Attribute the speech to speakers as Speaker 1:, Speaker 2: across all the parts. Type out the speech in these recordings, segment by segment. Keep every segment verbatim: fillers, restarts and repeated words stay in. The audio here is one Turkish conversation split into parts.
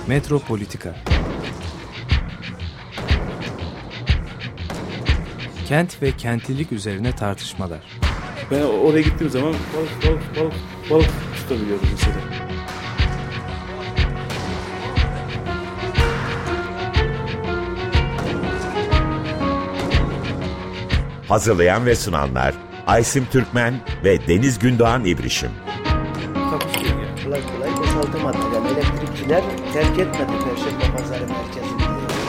Speaker 1: Metropolitika. Kent ve kentlilik üzerine tartışmalar.
Speaker 2: Ben oraya gittiğim zaman balık balık balık balık tutabiliyorum mesela.
Speaker 3: Hazırlayan ve sunanlar Aysim Türkmen ve Deniz Gündoğan İbrişim.
Speaker 4: Takusuyor ya. Kolay kolay boşaltamadı. Yani elektrikçiler terk etmedi Perşembe Pazarı merkezini.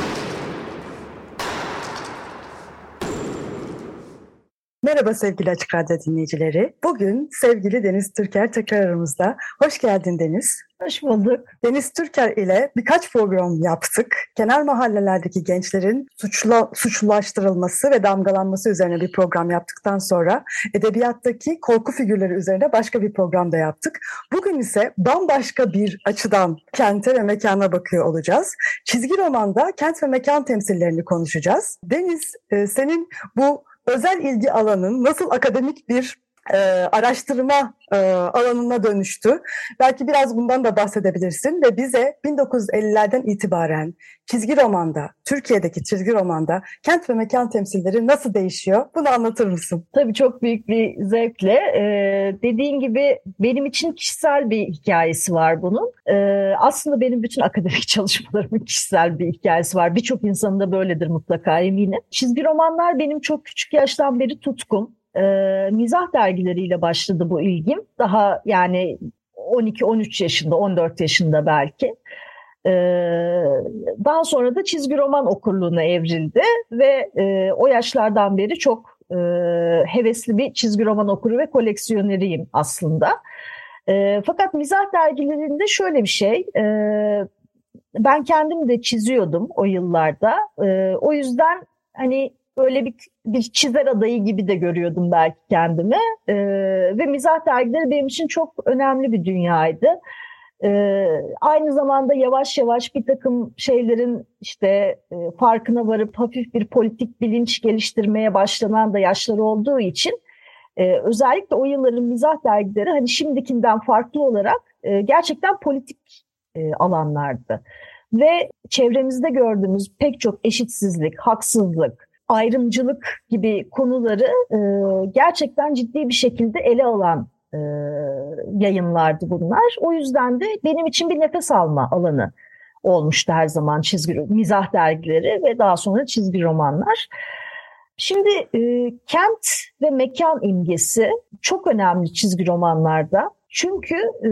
Speaker 5: Merhaba sevgili Açık Radyo dinleyicileri. Bugün sevgili Deniz Türker tekrar aramızda. Hoş geldin Deniz.
Speaker 6: Hoş bulduk.
Speaker 5: Deniz Türker ile birkaç program yaptık. Kenar mahallelerdeki gençlerin suçla, suçlulaştırılması ve damgalanması üzerine bir program yaptıktan sonra edebiyattaki korku figürleri üzerine başka bir program da yaptık. Bugün ise bambaşka bir açıdan kente ve mekana bakıyor olacağız. Çizgi romanda kent ve mekan temsillerini konuşacağız. Deniz, senin bu özel ilgi alanın nasıl akademik bir e, araştırma e, alanına dönüştü? Belki biraz bundan da bahsedebilirsin ve bize bin dokuz yüz ellilerden itibaren çizgi romanda, Türkiye'deki çizgi romanda kent ve mekan temsilleri nasıl değişiyor? Bunu anlatır mısın?
Speaker 6: Tabii çok büyük bir zevkle. Ee, dediğin gibi benim için kişisel bir hikayesi var bunun. Ee, aslında benim bütün akademik çalışmalarımın kişisel bir hikayesi var. Birçok insanın da böyledir mutlaka eminim. Çizgi romanlar benim çok küçük yaştan beri tutkum. Ee, mizah dergileriyle başladı bu ilgim. Daha yani on iki on üç yaşında, on dört yaşında belki. Ee, daha sonra da çizgi roman okurluğuna evrildi ve e, o yaşlardan beri çok e, hevesli bir çizgi roman okuru ve koleksiyoneriyim aslında. E, fakat mizah dergilerinde şöyle bir şey, e, ben kendim de çiziyordum o yıllarda. E, o yüzden hani böyle bir, bir çizer adayı gibi de görüyordum belki kendimi. Ee, ve mizah dergileri benim için çok önemli bir dünyaydı. Ee, aynı zamanda yavaş yavaş bir takım şeylerin işte e, farkına varıp hafif bir politik bilinç geliştirmeye başlanan da yaşları olduğu için e, özellikle o yılların mizah dergileri hani şimdikinden farklı olarak e, gerçekten politik e, alanlardı. Ve çevremizde gördüğümüz pek çok eşitsizlik, haksızlık, ayrımcılık gibi konuları e, gerçekten ciddi bir şekilde ele alan e, yayınlardı bunlar. O yüzden de benim için bir nefes alma alanı olmuştu her zaman çizgi mizah dergileri ve daha sonra çizgi romanlar. Şimdi e, kent ve mekan imgesi çok önemli çizgi romanlarda. Çünkü e,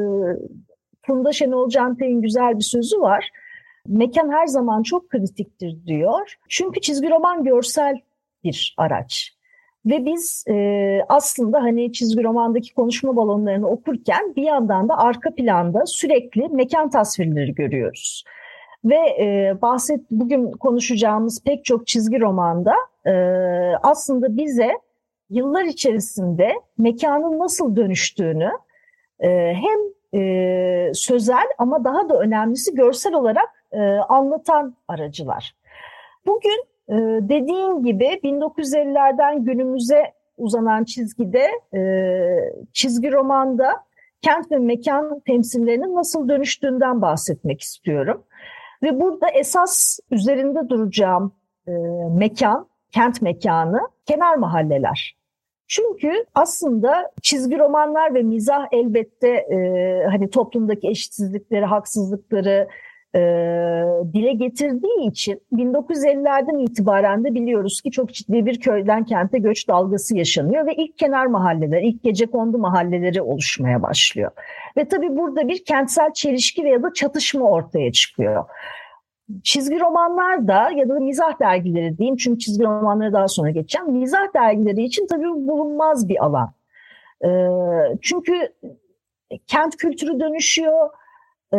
Speaker 6: Funda Şenol Cantek'in güzel bir sözü var. Mekan her zaman çok kritiktir diyor. Çünkü çizgi roman görsel bir araç. Ve biz e, aslında hani çizgi romandaki konuşma balonlarını okurken bir yandan da arka planda sürekli mekan tasvirleri görüyoruz. Ve e, bahset bugün konuşacağımız pek çok çizgi romanda e, aslında bize yıllar içerisinde mekanın nasıl dönüştüğünü e, hem e, sözel ama daha da önemlisi görsel olarak E, anlatan aracılar. Bugün e, dediğin gibi bin dokuz yüz ellilerden günümüze uzanan çizgide e, çizgi romanda kent ve mekan temsillerinin nasıl dönüştüğünden bahsetmek istiyorum. Ve burada esas üzerinde duracağım e, mekan, kent mekanı kenar mahalleler. Çünkü aslında çizgi romanlar ve mizah elbette e, hani toplumdaki eşitsizlikleri, haksızlıkları E, dile getirdiği için bin dokuz yüz ellilerden itibaren de biliyoruz ki çok ciddi bir köyden kente göç dalgası yaşanıyor ve ilk kenar mahalleler, ilk gecekondu mahalleleri oluşmaya başlıyor. Ve tabii burada bir kentsel çelişki veya da çatışma ortaya çıkıyor. Çizgi romanlar da ya da mizah dergileri diyeyim çünkü çizgi romanlara daha sonra geçeceğim. Mizah dergileri için tabii bulunmaz bir alan. E, çünkü kent kültürü dönüşüyor. Ee,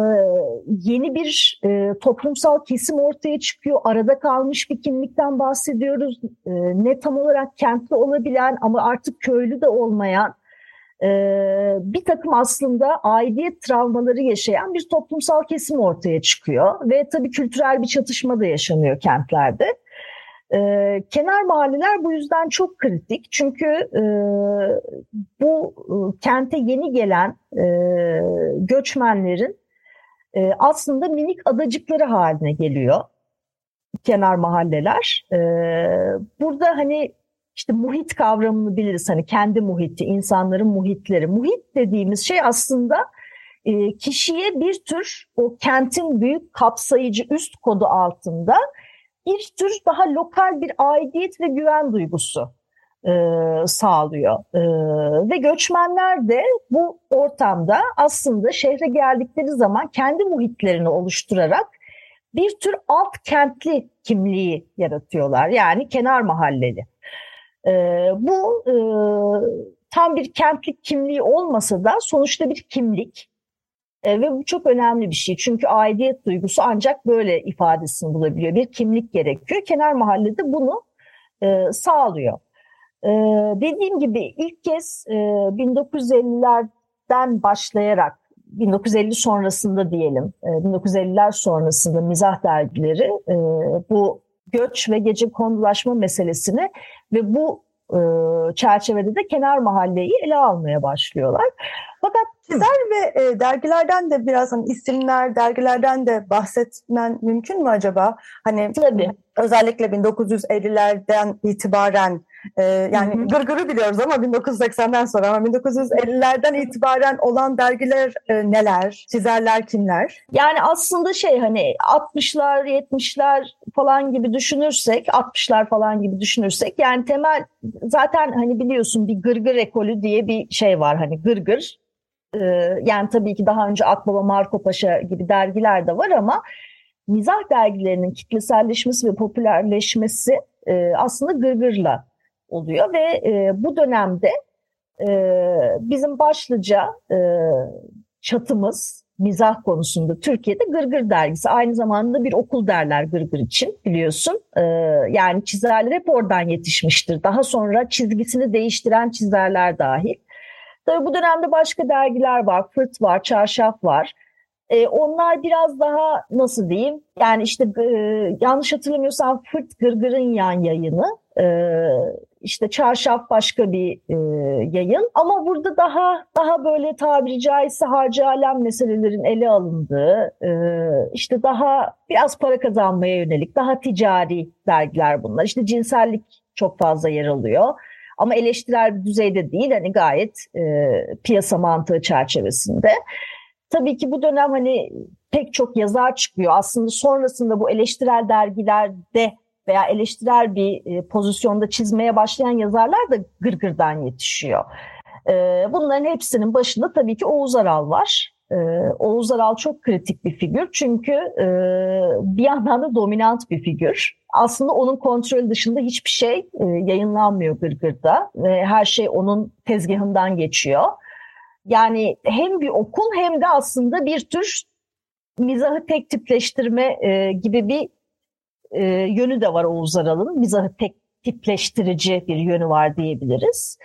Speaker 6: yeni bir e, toplumsal kesim ortaya çıkıyor. Arada kalmış bir kimlikten bahsediyoruz. Ee, ne tam olarak kentli olabilen ama artık köylü de olmayan e, bir takım aslında aidiyet travmaları yaşayan bir toplumsal kesim ortaya çıkıyor. Ve tabii kültürel bir çatışma da yaşanıyor kentlerde. Ee, kenar mahalleler bu yüzden çok kritik. Çünkü e, bu e, kente yeni gelen e, göçmenlerin e, aslında minik adacıkları haline geliyor kenar mahalleler. E, burada hani işte muhit kavramını biliriz, hani kendi muhiti, insanların muhitleri. Muhit dediğimiz şey aslında e, kişiye bir tür o kentin büyük kapsayıcı üst kodu altında bir tür daha lokal bir aidiyet ve güven duygusu e, sağlıyor. E, ve göçmenler de bu ortamda aslında şehre geldikleri zaman kendi muhitlerini oluşturarak bir tür alt kentli kimliği yaratıyorlar. Yani kenar mahalleli. E, bu e, tam bir kentlik kimliği olmasa da sonuçta bir kimlik. E, ve bu çok önemli bir şey. Çünkü aidiyet duygusu ancak böyle ifadesini bulabiliyor. Bir kimlik gerekiyor. Kenar mahallede bunu e, sağlıyor. E, dediğim gibi ilk kez e, bin dokuz yüz ellilerden başlayarak, bin dokuz yüz elli sonrasında diyelim, e, bin dokuz yüz elliler sonrasında mizah dergileri e, bu göç ve gecekondulaşma meselesini ve bu e, çerçevede de kenar mahalleyi ele almaya başlıyorlar. Fakat
Speaker 5: çizer ve e, dergilerden de biraz hani isimler, dergilerden de bahsetmen mümkün mü acaba? Hani
Speaker 6: tabii.
Speaker 5: Özellikle bin dokuz yüz ellilerden itibaren e, yani
Speaker 6: Hı hı.
Speaker 5: Gırgır'ı biliyoruz ama bin dokuz yüz seksenden sonra, ama bin dokuz yüz ellilerden itibaren olan dergiler e, neler? Çizerler kimler?
Speaker 6: Yani aslında şey hani altmışlar, yetmişler falan gibi düşünürsek, altmışlar falan gibi düşünürsek, yani temel zaten hani biliyorsun bir Gırgır ekolü diye bir şey var, hani Gırgır. Ee, yani tabii ki daha önce Akbaba, Marco Paşa gibi dergiler de var ama mizah dergilerinin kitleselleşmesi ve popülerleşmesi e, aslında Gırgır'la oluyor ve e, bu dönemde e, bizim başlıca e, çatımız mizah konusunda Türkiye'de Gırgır dergisi. Aynı zamanda bir okul derler Gırgır için, biliyorsun. E, yani çizerler hep oradan yetişmiştir. Daha sonra çizgisini değiştiren çizerler dahil. Tabii bu dönemde başka dergiler var. Fırt var, Çarşaf var. Ee, onlar biraz daha nasıl diyeyim? Yani işte e, yanlış hatırlamıyorsam Fırt Gırgır'ın yan yayını. Ee, işte Çarşaf başka bir e, yayın. Ama burada daha daha böyle tabiri caizse harcı alem meselelerin ele alındığı, e, işte daha biraz para kazanmaya yönelik, daha ticari dergiler bunlar. İşte cinsellik çok fazla yer alıyor. Ama eleştirel bir düzeyde değil, hani gayet e, piyasa mantığı çerçevesinde. Tabii ki bu dönem hani pek çok yazar çıkıyor. Aslında sonrasında bu eleştirel dergilerde veya eleştirel bir e, pozisyonda çizmeye başlayan yazarlar da Gırgır'dan yetişiyor. E, bunların hepsinin başında tabii ki Oğuz Aral var. E, Oğuz Aral çok kritik bir figür çünkü e, bir yandan da dominant bir figür. Aslında onun kontrolü dışında hiçbir şey e, yayınlanmıyor Gırgır'da. E, her şey onun tezgahından geçiyor. Yani hem bir okul hem de aslında bir tür mizahı tek tipleştirme e, gibi bir e, yönü de var Oğuz Aral'ın. Mizahı tek tipleştirici bir yönü var diyebiliriz.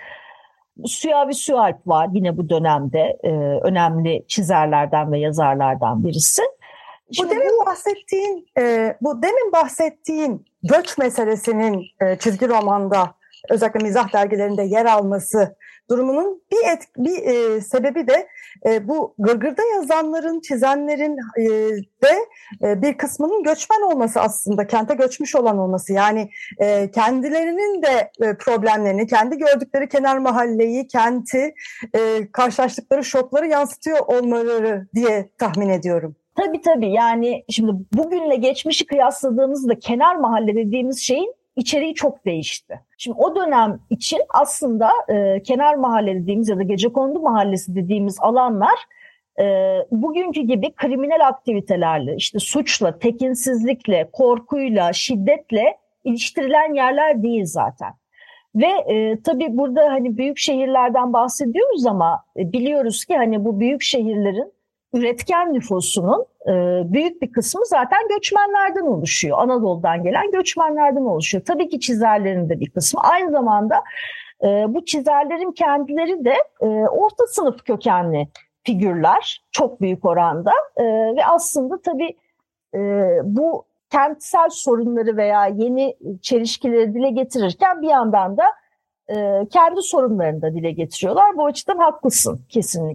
Speaker 6: Süavi Süalp var yine bu dönemde e, önemli çizerlerden ve yazarlardan birisi.
Speaker 5: Bu demin bahsettiğin, e, bu demin bahsettiğin göç meselesinin e, çizgi romanda, özellikle mizah dergilerinde yer alması durumunun bir et, bir e, sebebi de e, bu Gırgır'da yazanların, çizenlerin e, de e, bir kısmının göçmen olması, aslında kente göçmüş olan olması. Yani e, kendilerinin de e, problemlerini, kendi gördükleri kenar mahalleyi, kenti, e, karşılaştıkları şokları yansıtıyor olmaları diye tahmin ediyorum.
Speaker 6: Tabii tabii, yani şimdi bugünle geçmişi kıyasladığımızda kenar mahalle dediğimiz şeyin içeriği çok değişti. Şimdi o dönem için aslında e, kenar mahalle dediğimiz ya da gecekondu mahallesi dediğimiz alanlar e, bugünkü gibi kriminal aktivitelerle, işte suçla, tekinsizlikle, korkuyla, şiddetle iliştirilen yerler değil zaten. Ve e, tabii burada hani büyük şehirlerden bahsediyoruz ama e, biliyoruz ki hani bu büyük şehirlerin üretken nüfusunun e, büyük bir kısmı zaten göçmenlerden oluşuyor. Anadolu'dan gelen göçmenlerden oluşuyor. Tabii ki çizerlerin de bir kısmı. Aynı zamanda e, bu çizerlerin kendileri de e, orta sınıf kökenli figürler çok büyük oranda. E, ve aslında tabii e, bu kentsel sorunları veya yeni çelişkileri dile getirirken bir yandan da e, kendi sorunlarını da dile getiriyorlar. Bu açıdan haklısın kesinlikle.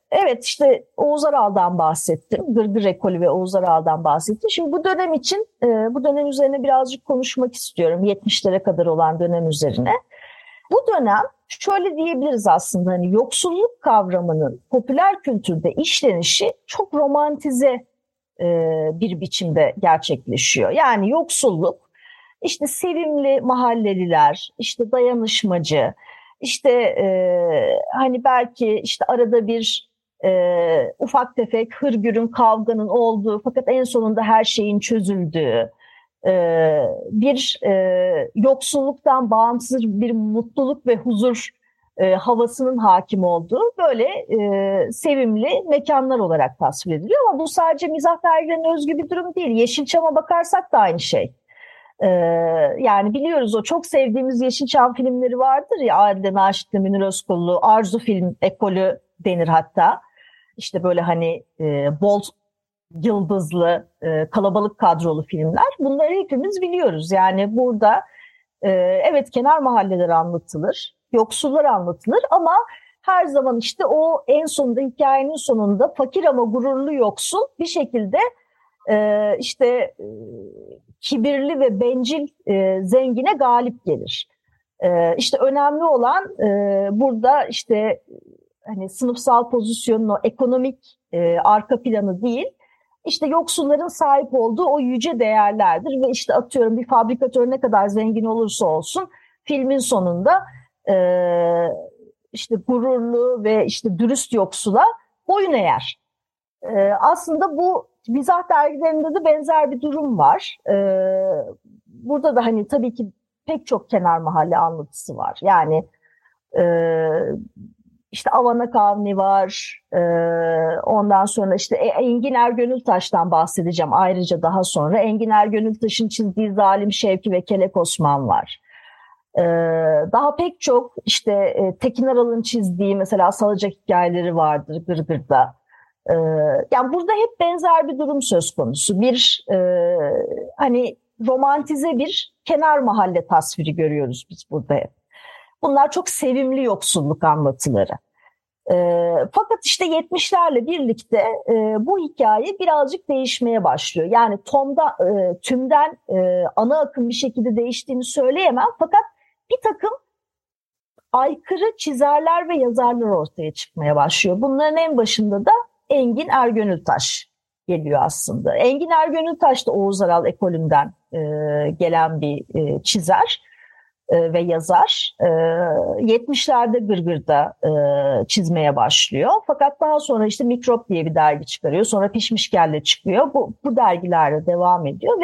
Speaker 6: evet işte Oğuz Aral'dan bahsettim. Gırgır ekolü ve Oğuz Aral'dan bahsettim. Şimdi bu dönem için, e, bu dönem üzerine birazcık konuşmak istiyorum. yetmişlere kadar olan dönem üzerine. Bu dönem şöyle diyebiliriz aslında, hani yoksulluk kavramının popüler kültürde işlenişi çok romantize e, bir biçimde gerçekleşiyor. Yani yoksulluk, işte sevimli mahalleliler, işte dayanışmacı, işte e, hani belki işte arada bir e, ufak tefek hırgürün, kavganın olduğu fakat en sonunda her şeyin çözüldüğü, e, bir e, yoksulluktan bağımsız bir mutluluk ve huzur e, havasının hakim olduğu böyle e, sevimli mekanlar olarak tasvir ediliyor. Ama bu sadece mizah dergilerine özgü bir durum değil. Yeşilçam'a bakarsak da aynı şey. Ee, yani biliyoruz, o çok sevdiğimiz Yeşilçam filmleri vardır ya, Adile Naşit'le Münir Özkullu, Arzu film ekolü denir hatta. İşte böyle hani e, bol yıldızlı, e, kalabalık kadrolu filmler. Bunları hepimiz biliyoruz. Yani burada e, evet kenar mahalleler anlatılır, yoksullar anlatılır ama her zaman işte o en sonunda, hikayenin sonunda fakir ama gururlu yoksul bir şekilde e, işte e, kibirli ve bencil e, zengine galip gelir. E, işte önemli olan e, burada işte hani sınıfsal pozisyonun, o ekonomik e, arka planı değil, işte yoksulların sahip olduğu o yüce değerlerdir ve işte atıyorum bir fabrikatör ne kadar zengin olursa olsun filmin sonunda e, işte gururlu ve işte dürüst yoksula boyun eğer. E, aslında bu mizah dergilerinde de benzer bir durum var. Ee, burada da hani tabii ki pek çok kenar mahalle anlatısı var. Yani e, işte Avanak Avni var. E, ondan sonra işte Engin Ergönültaş'tan bahsedeceğim ayrıca daha sonra. Engin Ergönültaş'ın çizdiği Zalim Şevki ve Kelek Osman var. E, daha pek çok işte e, Tekin Aral'ın çizdiği mesela Salacak hikayeleri vardır Gırgır'da. Yani burada hep benzer bir durum söz konusu. Bir e, hani romantize bir kenar mahalle tasviri görüyoruz biz burada hep. Bunlar çok sevimli yoksulluk anlatıları. E, fakat işte yetmişlerle birlikte e, bu hikaye birazcık değişmeye başlıyor. Yani Tom'da e, tümden e, ana akım bir şekilde değiştiğini söyleyemem. Fakat bir takım aykırı çizerler ve yazarlar ortaya çıkmaya başlıyor. Bunların en başında da Engin Ergönültaş geliyor aslında. Engin Ergönültaş da Oğuz Aral ekolünden e, gelen bir e, çizer e, ve yazar. E, yetmişlerde Gırgır'da e, çizmeye başlıyor. Fakat daha sonra işte Mikrop diye bir dergi çıkarıyor. Sonra Pişmiş Kelle çıkıyor. Bu, bu dergilerle devam ediyor ve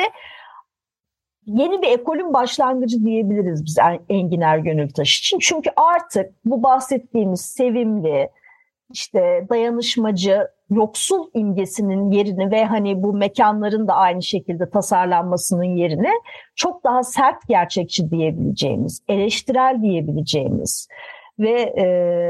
Speaker 6: yeni bir ekolün başlangıcı diyebiliriz biz Engin Ergönültaş için. Çünkü artık bu bahsettiğimiz sevimli, işte dayanışmacı, yoksul imgesinin yerini ve hani bu mekanların da aynı şekilde tasarlanmasının yerini çok daha sert gerçekçi diyebileceğimiz, eleştirel diyebileceğimiz ve e,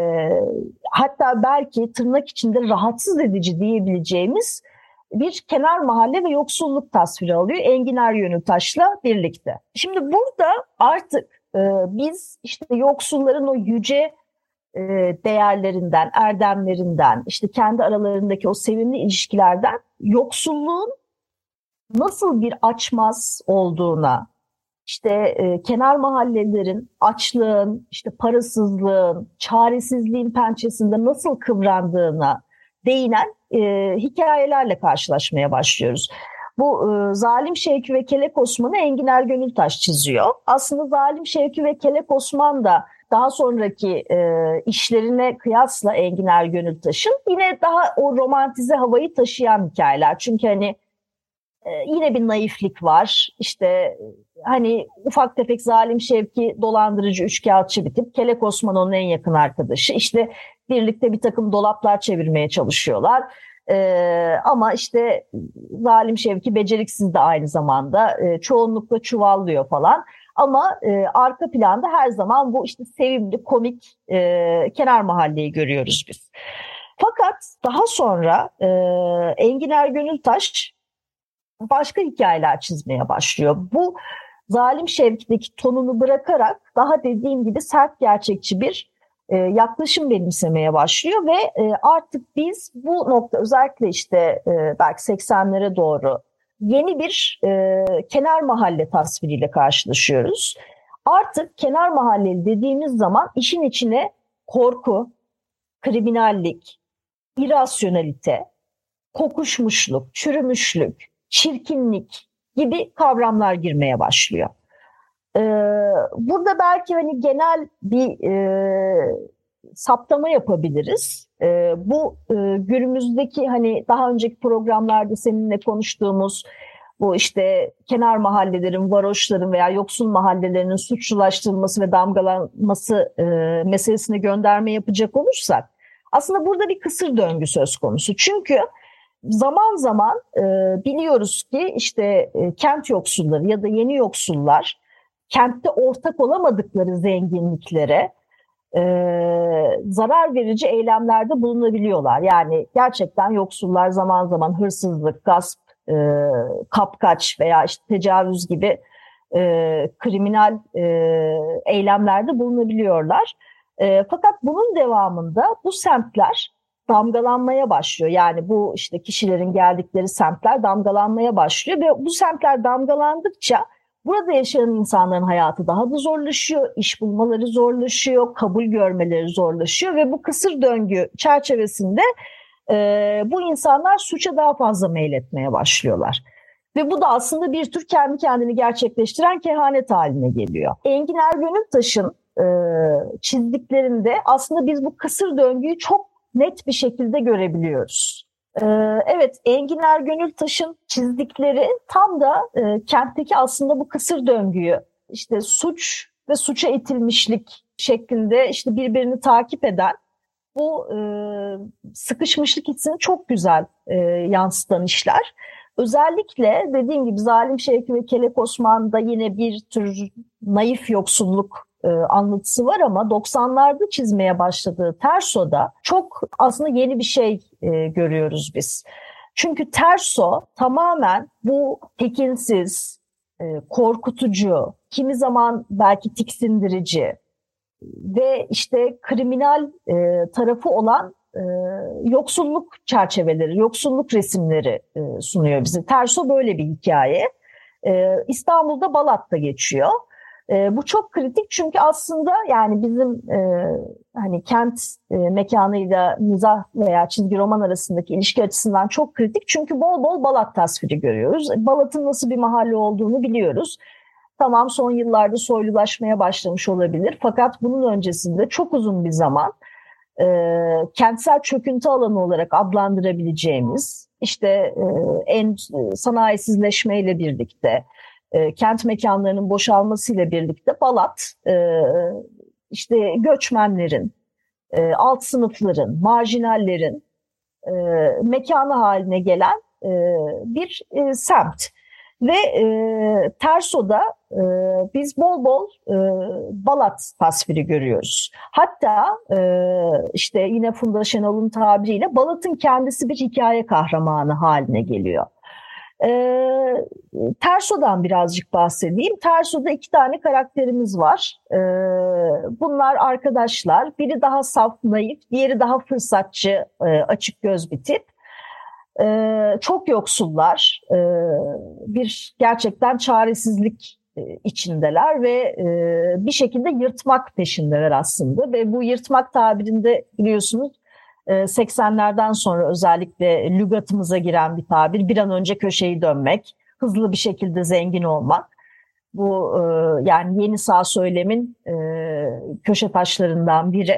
Speaker 6: hatta belki tırnak içinde rahatsız edici diyebileceğimiz bir kenar mahalle ve yoksulluk tasviri alıyor Engin Ergönültaş'la birlikte. Şimdi burada artık e, biz işte yoksulların o yüce değerlerinden, erdemlerinden, işte kendi aralarındaki o sevimli ilişkilerden yoksulluğun nasıl bir açmaz olduğuna, işte e, kenar mahallelerin açlığın, işte parasızlığın, çaresizliğin pençesinde nasıl kıvrandığına değinen e, hikayelerle karşılaşmaya başlıyoruz. Bu e, Zalim Şevki ve Kelek Osman'ı Engin Ergönültaş çiziyor. Aslında Zalim Şevki ve Kelek Osman da daha sonraki e, işlerine kıyasla Engin Ergönültaş'ın yine daha o romantize havayı taşıyan hikayeler. Çünkü hani e, yine bir naiflik var. İşte hani ufak tefek Zalim Şevki dolandırıcı, üçkağıtçı bir tip. Kelek Osman onun en yakın arkadaşı. İşte birlikte bir takım dolaplar çevirmeye çalışıyorlar. Ee, ama işte Zalim Şevki beceriksiz de aynı zamanda e, çoğunlukla çuvallıyor falan. Ama e, arka planda her zaman bu işte sevimli, komik e, kenar mahalleyi görüyoruz biz. Fakat daha sonra e, Engin Ergönültaş başka hikayeler çizmeye başlıyor. Bu Zalim Şevki'deki tonunu bırakarak daha dediğim gibi sert gerçekçi bir e, yaklaşım benimsemeye başlıyor ve e, artık biz bu nokta özellikle işte e, belki seksenlere doğru yeni bir e, kenar mahalle tasviriyle karşılaşıyoruz. Artık kenar mahalle dediğimiz zaman işin içine korku, kriminallik, irasyonalite, kokuşmuşluk, çürümüşlük, çirkinlik gibi kavramlar girmeye başlıyor. Ee, burada belki hani genel bir e, saptama yapabiliriz. E, bu e, günümüzdeki hani daha önceki programlarda seninle konuştuğumuz bu işte kenar mahallelerin, varoşların veya yoksul mahallelerinin suçlulaştırılması ve damgalanması e, meselesine gönderme yapacak olursak aslında burada bir kısır döngü söz konusu. Çünkü zaman zaman e, biliyoruz ki işte e, kent yoksulları ya da yeni yoksullar kentte ortak olamadıkları zenginliklere e, zarar verici eylemlerde bulunabiliyorlar. Yani gerçekten yoksullar zaman zaman hırsızlık, gasp, e, kapkaç veya işte tecavüz gibi e, kriminal e, eylemlerde bulunabiliyorlar. E, fakat bunun devamında bu semtler damgalanmaya başlıyor. Yani bu işte kişilerin geldikleri semtler damgalanmaya başlıyor ve bu semtler damgalandıkça burada yaşayan insanların hayatı daha da zorlaşıyor, iş bulmaları zorlaşıyor, kabul görmeleri zorlaşıyor ve bu kısır döngü çerçevesinde e, bu insanlar suça daha fazla meyletmeye başlıyorlar. Ve bu da aslında bir tür kendi kendini gerçekleştiren kehanet haline geliyor. Engin Ergönültaş'ın e, çizdiklerinde aslında biz bu kısır döngüyü çok net bir şekilde görebiliyoruz. Evet, Engin Ergönültaş'ın çizdikleri tam da e, kentteki aslında bu kısır döngüyü, işte suç ve suça itilmişlik şeklinde işte birbirini takip eden bu e, sıkışmışlık hissini çok güzel e, yansıtan işler. Özellikle dediğim gibi Zalim Şevki ve Kelek Osman'da yine bir tür naif yoksulluk e, anlatısı var ama doksanlarda çizmeye başladığı Terso'da çok aslında yeni bir şey e, görüyoruz biz. Çünkü Terso tamamen bu tekinsiz, e, korkutucu, kimi zaman belki tiksindirici ve işte kriminal e, tarafı olan e, yoksulluk çerçeveleri, yoksulluk resimleri e, sunuyor bize. Terso böyle bir hikaye. E, İstanbul'da Balat'ta geçiyor. E, bu çok kritik çünkü aslında yani bizim e, hani kent e, mekanıyla mizah veya çizgi roman arasındaki ilişki açısından çok kritik. Çünkü bol bol Balat tasviri görüyoruz. Balat'ın nasıl bir mahalle olduğunu biliyoruz. Tamam, son yıllarda soylulaşmaya başlamış olabilir. Fakat bunun öncesinde çok uzun bir zaman e, kentsel çöküntü alanı olarak adlandırabileceğimiz işte e, en sanayisizleşmeyle birlikte e, kent mekanlarının boşalmasıyla birlikte Balat e, işte göçmenlerin, e, alt sınıfların, marjinallerin e, mekanı haline gelen e, bir e, semt. Ve e, Terso'da e, biz bol bol e, Balat tasviri görüyoruz. Hatta e, işte yine Funda Şenol'un tabiriyle Balat'ın kendisi bir hikaye kahramanı haline geliyor. E, Terso'dan birazcık bahsedeyim. Terso'da iki tane karakterimiz var. E, bunlar arkadaşlar. Biri daha saf, naif, diğeri daha fırsatçı, e, açık göz bir tip. Ee, çok yoksullar, ee, bir gerçekten çaresizlik e, içindeler ve e, bir şekilde yırtmak peşindeler aslında ve bu yırtmak tabirinde biliyorsunuz e, seksenlerden sonra özellikle lügatımıza giren bir tabir, bir an önce köşeyi dönmek, hızlı bir şekilde zengin olmak. Bu e, yani yeni sağ söylemin e, köşe taşlarından biri.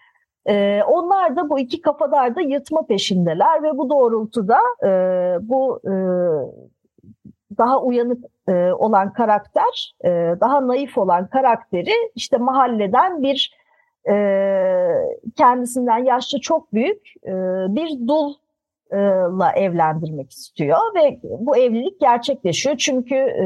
Speaker 6: Ee, onlar da bu iki kafadar da yırtma peşindeler ve bu doğrultuda e, bu e, daha uyanık e, olan karakter, e, daha naif olan karakteri işte mahalleden bir e, kendisinden yaşça çok büyük e, bir dulla evlendirmek istiyor ve bu evlilik gerçekleşiyor çünkü e,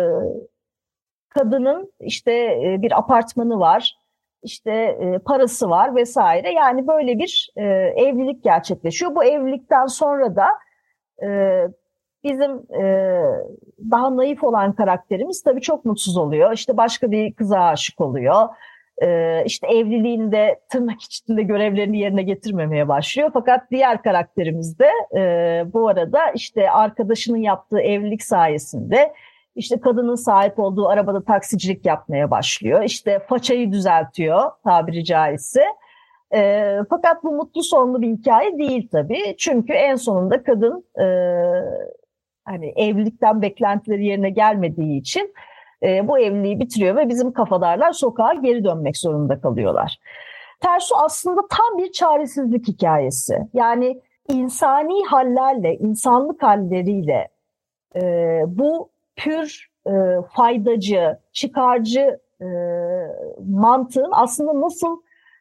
Speaker 6: kadının işte e, bir apartmanı var. İşte e, parası var vesaire. Yani böyle bir e, evlilik gerçekleşiyor. Bu evlilikten sonra da e, bizim e, daha naif olan karakterimiz tabii çok mutsuz oluyor. İşte başka bir kıza aşık oluyor. Ee, işte evliliğinde tırnak içinde görevlerini yerine getirmemeye başlıyor. Fakat diğer karakterimiz de e, bu arada işte arkadaşının yaptığı evlilik sayesinde işte kadının sahip olduğu arabada taksicilik yapmaya başlıyor. İşte façayı düzeltiyor tabiri caizse. E, fakat bu mutlu sonlu bir hikaye değil tabii. Çünkü en sonunda kadın e, hani evlilikten beklentileri yerine gelmediği için e, bu evliliği bitiriyor ve bizim kafadarlar sokağa geri dönmek zorunda kalıyorlar. Tersu aslında tam bir çaresizlik hikayesi. Yani insani hallerle, insanlık halleriyle e, bu pür e, faydacı, çıkarcı e, mantığın aslında nasıl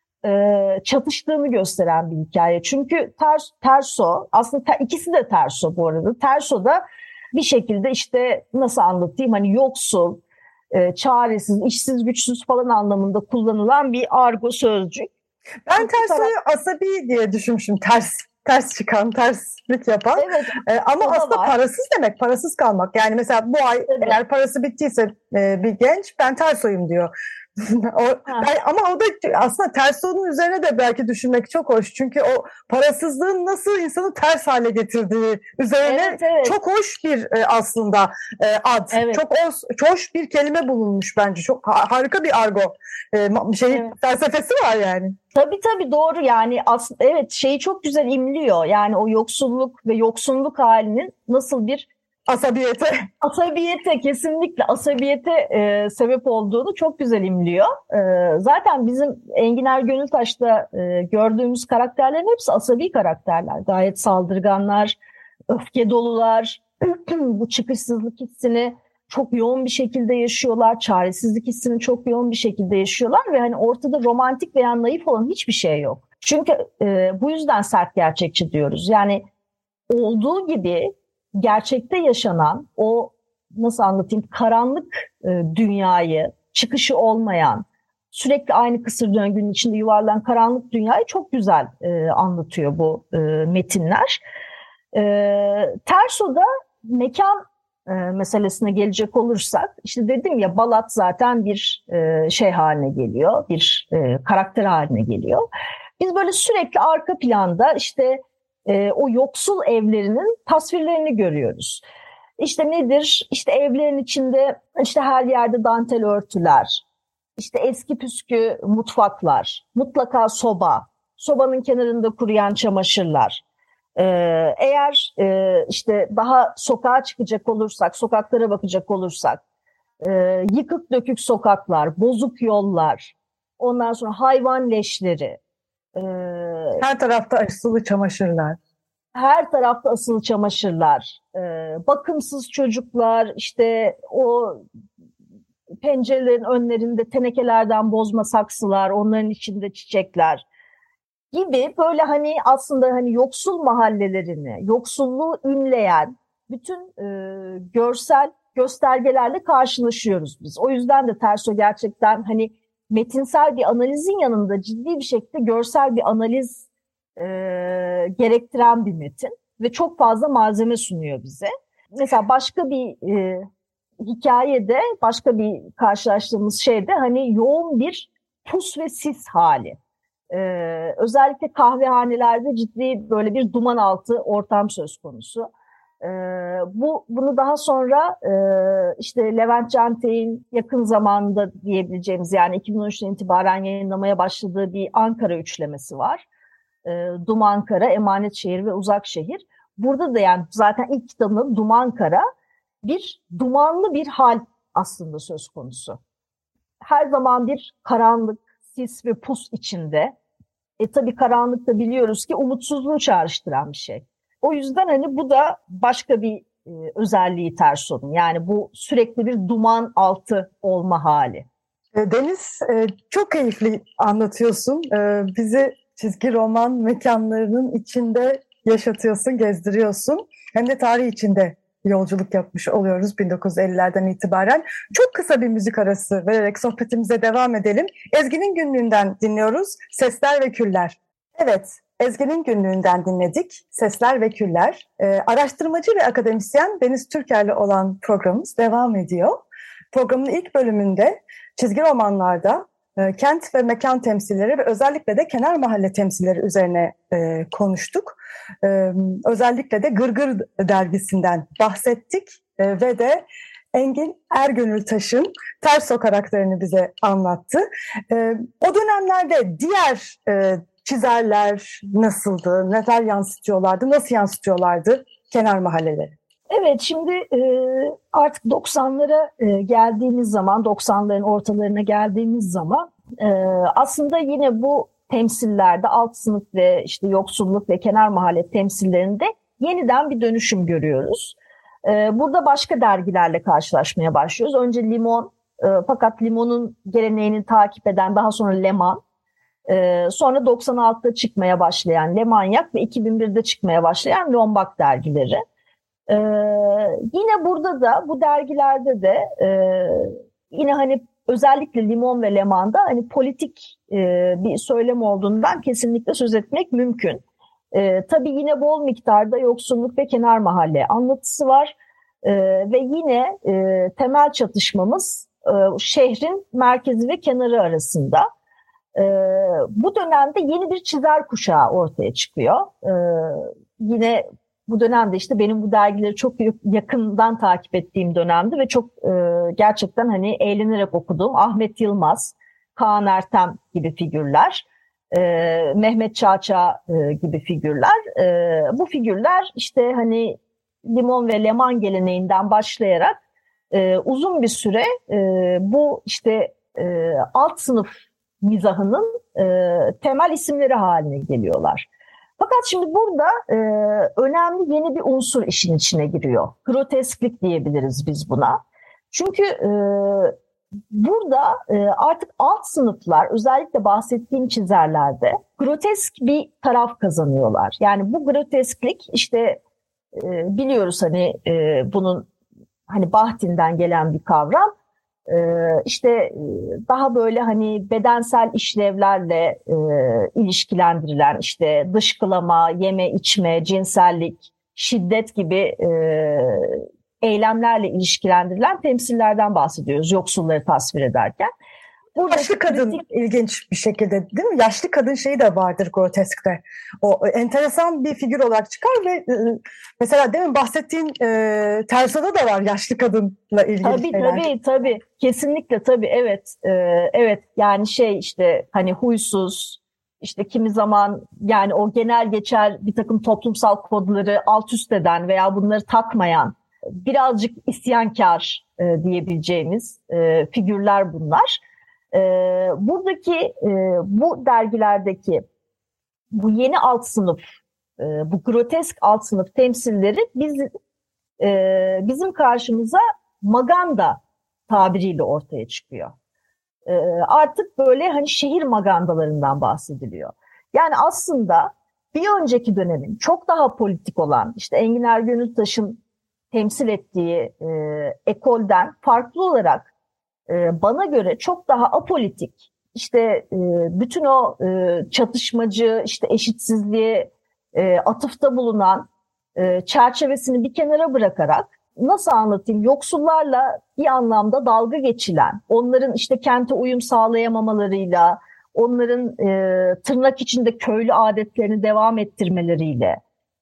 Speaker 6: e, çatıştığını gösteren bir hikaye. Çünkü ters, Terso, aslında ter, ikisi de Terso bu arada. Terso da bir şekilde işte nasıl anlatayım hani yoksul, e, çaresiz, işsiz, güçsüz falan anlamında kullanılan bir argo sözcük.
Speaker 5: Ben Terso'yu asabi diye düşünmüşüm. Ters ters çıkan, terslik yapan.
Speaker 6: Evet,
Speaker 5: ee, ama aslında
Speaker 6: var.
Speaker 5: Parasız demek, parasız kalmak. Yani mesela bu ay evet. Eğer parası bittiyse e, bir genç ben Terso'yum diyor. o, ben, ama o da aslında Terso'nun üzerine de belki düşünmek çok hoş. Çünkü o parasızlığın nasıl insanı ters hale getirdiği üzerine evet, evet. çok hoş bir e, aslında e, ad. Evet. Çok hoş, hoş bir kelime bulunmuş bence. Çok harika bir argo e, şey evet. felsefesi var yani.
Speaker 6: Tabii tabii doğru yani aslında evet şeyi çok güzel imliyor. Yani o yoksulluk ve yoksunluk halinin nasıl bir
Speaker 5: asabiyete
Speaker 6: asabiyete kesinlikle asabiyete e, sebep olduğunu çok güzel imliyor. E, zaten bizim Enginer Gönültaş'ta e, gördüğümüz karakterlerin hepsi asabi karakterler. Gayet saldırganlar, öfke dolular, bu çıkışsızlık hissini çok yoğun bir şekilde yaşıyorlar. Çaresizlik hissini çok yoğun bir şekilde yaşıyorlar ve hani ortada romantik veya naif olan hiçbir şey yok. Çünkü e, bu yüzden sert gerçekçi diyoruz. Yani olduğu gibi gerçekte yaşanan o nasıl anlatayım karanlık e, dünyayı, çıkışı olmayan, sürekli aynı kısır döngünün içinde yuvarlanan karanlık dünyayı çok güzel e, anlatıyor bu e, metinler. E, Terso'da mekan e, meselesine gelecek olursak, işte dedim ya Balat zaten bir e, şey haline geliyor, bir e, karakter haline geliyor. Biz böyle sürekli arka planda işte e, o yoksul evlerinin tasvirlerini görüyoruz. İşte nedir? İşte evlerin içinde işte her yerde dantel örtüler, işte eski püskü mutfaklar, mutlaka soba, sobanın kenarında kuruyan çamaşırlar. Ee, eğer e, işte daha sokağa çıkacak olursak, sokaklara bakacak olursak, e, yıkık dökük sokaklar, bozuk yollar, ondan sonra hayvan leşleri. E,
Speaker 5: her tarafta asılı çamaşırlar.
Speaker 6: Her tarafta asılı çamaşırlar, e, bakımsız çocuklar, işte o pencerelerin önlerinde tenekelerden bozma saksılar, onların içinde çiçekler gibi böyle hani aslında hani yoksul mahallelerini, yoksulluğu ünleyen bütün e, görsel göstergelerle karşılaşıyoruz biz. O yüzden de Terso gerçekten hani metinsel bir analizin yanında ciddi bir şekilde görsel bir analiz e, gerektiren bir metin ve çok fazla malzeme sunuyor bize. Mesela başka bir e, hikayede, başka bir karşılaştığımız şeyde hani yoğun bir pus ve sis hali. Ee, özellikle kahvehanelerde ciddi böyle bir duman altı ortam söz konusu. Ee, bu bunu daha sonra e, işte Levent Cantek'in yakın zamanda diyebileceğimiz yani iki bin on üçten itibaren yayınlamaya başladığı bir Ankara üçlemesi var. Ee, Dumankara, Emanetşehir ve Uzakşehir. Burada da yani zaten ilk kitabında Dumankara bir dumanlı bir hal aslında söz konusu. Her zaman bir karanlık, sis ve pus içinde. E tabii karanlıkta biliyoruz ki umutsuzluğu çağrıştıran bir şey. O yüzden hani bu da başka bir e, özelliği Terso'nun. Yani bu sürekli bir duman altı olma hali.
Speaker 5: Deniz, e, çok keyifli anlatıyorsun. E, bizi çizgi roman mekanlarının içinde yaşatıyorsun, gezdiriyorsun. Hem de tarih içinde yolculuk yapmış oluyoruz bin dokuz yüz ellilerden itibaren. Çok kısa bir müzik arası vererek sohbetimize devam edelim. Ezgi'nin günlüğünden dinliyoruz. Sesler ve Küller. Evet, Ezgi'nin günlüğünden dinledik. Sesler ve Küller. Ee, araştırmacı ve akademisyen Deniz Türker'le olan programımız devam ediyor. Programın ilk bölümünde çizgi romanlarda e, kent ve mekan temsilleri ve özellikle de kenar mahalle temsilleri üzerine e, konuştuk. E, özellikle de Gırgır dergisinden bahsettik e, ve de Engin Ergönültaş'ın Terso karakterini bize anlattı. E, o dönemlerde diğer e, çizerler nasıldı, neler yansıtıyorlardı, nasıl yansıtıyorlardı kenar mahalleleri?
Speaker 6: Evet, şimdi e, artık doksanlara e, geldiğimiz zaman, doksanların ortalarına geldiğimiz zaman e, aslında yine bu temsillerde alt sınıf ve işte yoksulluk ve kenar mahalle temsillerinde yeniden bir dönüşüm görüyoruz. E, burada başka dergilerle karşılaşmaya başlıyoruz. Önce Limon, e, fakat Limon'un geleneğini takip eden daha sonra Leman, e, sonra doksan altıda çıkmaya başlayan Lemanyak ve iki bin birde çıkmaya başlayan Lombak dergileri. Ee, yine burada da bu dergilerde de e, yine hani özellikle Limon ve Leman'da hani politik e, bir söylem olduğundan kesinlikle söz etmek mümkün. E, tabii yine bol miktarda yoksulluk ve kenar mahalle anlatısı var e, ve yine e, temel çatışmamız e, şehrin merkezi ve kenarı arasında. E, bu dönemde yeni bir çizer kuşağı ortaya çıkıyor. E, yine Bu dönemde işte benim bu dergileri çok yakından takip ettiğim dönemdi ve çok e, gerçekten hani eğlenerek okuduğum Ahmet Yılmaz, Kaan Ertem gibi figürler, e, Mehmet Çağça e, gibi figürler. E, bu figürler işte hani Limon ve Leman geleneğinden başlayarak e, uzun bir süre e, bu işte e, alt sınıf mizahının e, temel isimleri haline geliyorlar. Fakat şimdi burada e, önemli yeni bir unsur işin içine giriyor. Grotesklik diyebiliriz biz buna. Çünkü e, burada e, artık alt sınıflar özellikle bahsettiğim çizerlerde grotesk bir taraf kazanıyorlar. Yani bu grotesklik işte e, biliyoruz hani e, bunun hani Bahtin'den gelen bir kavram. Ee, işte daha böyle hani bedensel işlevlerle e, ilişkilendirilen işte dışkılama, yeme içme, cinsellik, şiddet gibi e, eylemlerle ilişkilendirilen temsillerden bahsediyoruz yoksulları tasvir ederken.
Speaker 5: Burada yaşlı kadın kritik... ilginç bir şekilde değil mi? Yaşlı kadın şeyi de vardır groteskte. O enteresan bir figür olarak çıkar ve mesela demin bahsettiğin e, Terso'da da var yaşlı kadınla ilgili
Speaker 6: tabii,
Speaker 5: şeyler.
Speaker 6: Tabii tabii tabii. Kesinlikle tabii evet. Ee, evet yani şey işte hani huysuz işte kimi zaman yani o genel geçer bir takım toplumsal kodları alt üst eden veya bunları takmayan birazcık isyankar e, diyebileceğimiz e, figürler bunlar. Ee, buradaki e, bu dergilerdeki bu yeni alt sınıf e, bu grotesk alt sınıf temsilleri biz, e, bizim karşımıza maganda tabiriyle ortaya çıkıyor. E, artık böyle hani şehir magandalarından bahsediliyor. Yani aslında bir önceki dönemin çok daha politik olan işte Engin Ergönültaş'ın temsil ettiği e, ekolden farklı olarak bana göre çok daha apolitik, işte bütün o çatışmacı, işte eşitsizliğe atıfta bulunan çerçevesini bir kenara bırakarak nasıl anlatayım yoksullarla bir anlamda dalga geçilen, onların işte kente uyum sağlayamamalarıyla, onların tırnak içinde köylü adetlerini devam ettirmeleriyle,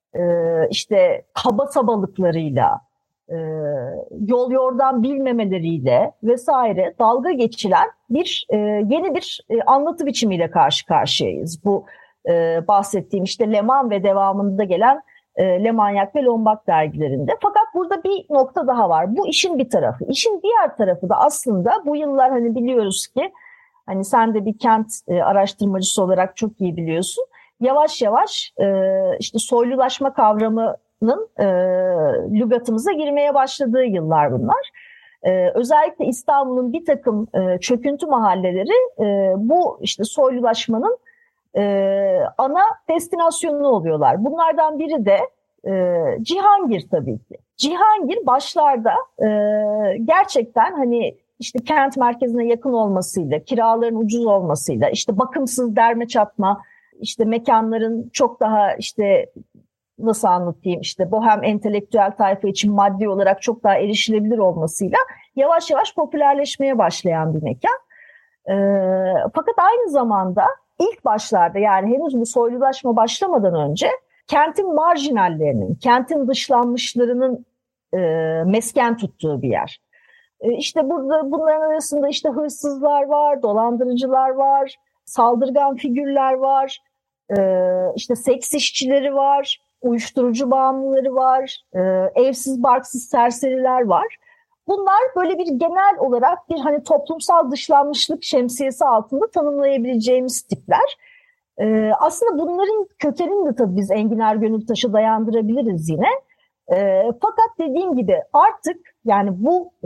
Speaker 6: işte kaba sabalıklarıyla, E, yol yordan bilmemeleriyle vesaire dalga geçilen bir e, yeni bir e, anlatı biçimiyle karşı karşıyayız. Bu e, bahsettiğim işte Leman ve devamında gelen e, Lemanyak ve Lombak dergilerinde. Fakat burada bir nokta daha var. Bu işin bir tarafı. İşin diğer tarafı da aslında bu yıllar hani biliyoruz ki hani sen de bir kent e, araştırmacısı olarak çok iyi biliyorsun. Yavaş yavaş e, işte soylulaşma kavramı E, lügatımıza girmeye başladığı yıllar bunlar. E, özellikle İstanbul'un bir takım e, çöküntü mahalleleri e, bu işte soylulaşmanın e, ana destinasyonu oluyorlar. Bunlardan biri de e, Cihangir tabii ki. Cihangir başlarda e, gerçekten hani işte kent merkezine yakın olmasıyla, kiraların ucuz olmasıyla, işte bakımsız derme çatma, işte mekanların çok daha işte nasıl anlatayım işte bohem entelektüel tayfa için maddi olarak çok daha erişilebilir olmasıyla yavaş yavaş popülerleşmeye başlayan bir mekan. Ee, fakat aynı zamanda ilk başlarda, yani henüz bu soylulaşma başlamadan önce kentin marjinallerinin, kentin dışlanmışlarının e, mesken tuttuğu bir yer. E, işte burada bunların arasında işte hırsızlar var, dolandırıcılar var, saldırgan figürler var, e, işte seks işçileri var, uyuşturucu bağımlıları var, e, evsiz barksız serseriler var. Bunlar böyle bir genel olarak bir hani toplumsal dışlanmışlık şemsiyesi altında tanımlayabileceğimiz tipler. Ee, aslında bunların kökenini de tabii biz Engin Gönültaş'a dayandırabiliriz yine. Ee, fakat dediğim gibi artık yani bu e,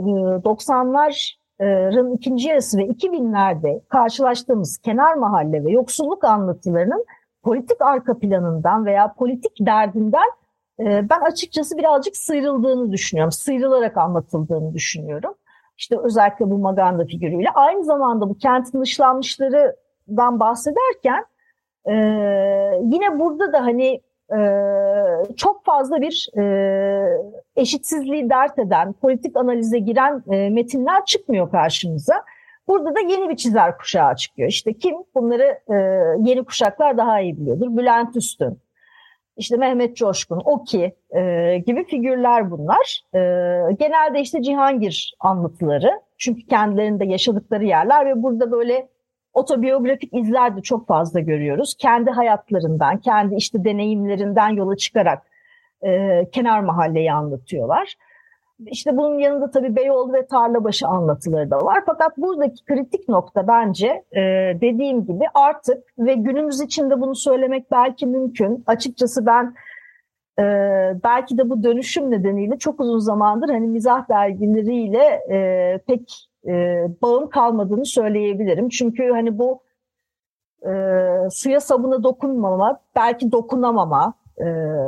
Speaker 6: doksanların ikinci yarısı ve iki binlerde karşılaştığımız kenar mahalle ve yoksulluk anlatılarının politik arka planından veya politik derdinden e, ben açıkçası birazcık sıyrıldığını düşünüyorum. Sıyrılarak anlatıldığını düşünüyorum. İşte özellikle bu Maganda figürüyle. Aynı zamanda bu kentin dışlanmışlarından bahsederken Ee, yine burada da hani e, çok fazla bir e, eşitsizliği dert eden, politik analize giren e, metinler çıkmıyor karşımıza. Burada da yeni bir çizer kuşağı çıkıyor. İşte kim? Bunları e, yeni kuşaklar daha iyi biliyordur. Bülent Üstün, işte Mehmet Coşkun, Oki e, gibi figürler bunlar. E, genelde işte Cihangir anlatıları. Çünkü kendilerinde yaşadıkları yerler ve burada böyle otobiyografik izler de çok fazla görüyoruz. Kendi hayatlarından, kendi işte deneyimlerinden yola çıkarak e, kenar mahalleyi anlatıyorlar. İşte bunun yanında tabii Beyoğlu ve Tarlabaşı anlatıları da var. Fakat buradaki kritik nokta bence e, dediğim gibi artık ve günümüz içinde bunu söylemek belki mümkün. Açıkçası ben e, belki de bu dönüşüm nedeniyle çok uzun zamandır hani mizah dergileriyle e, pek e, bağım kalmadığını söyleyebilirim. Çünkü hani bu e, suya sabuna dokunmama, belki dokunamama, e,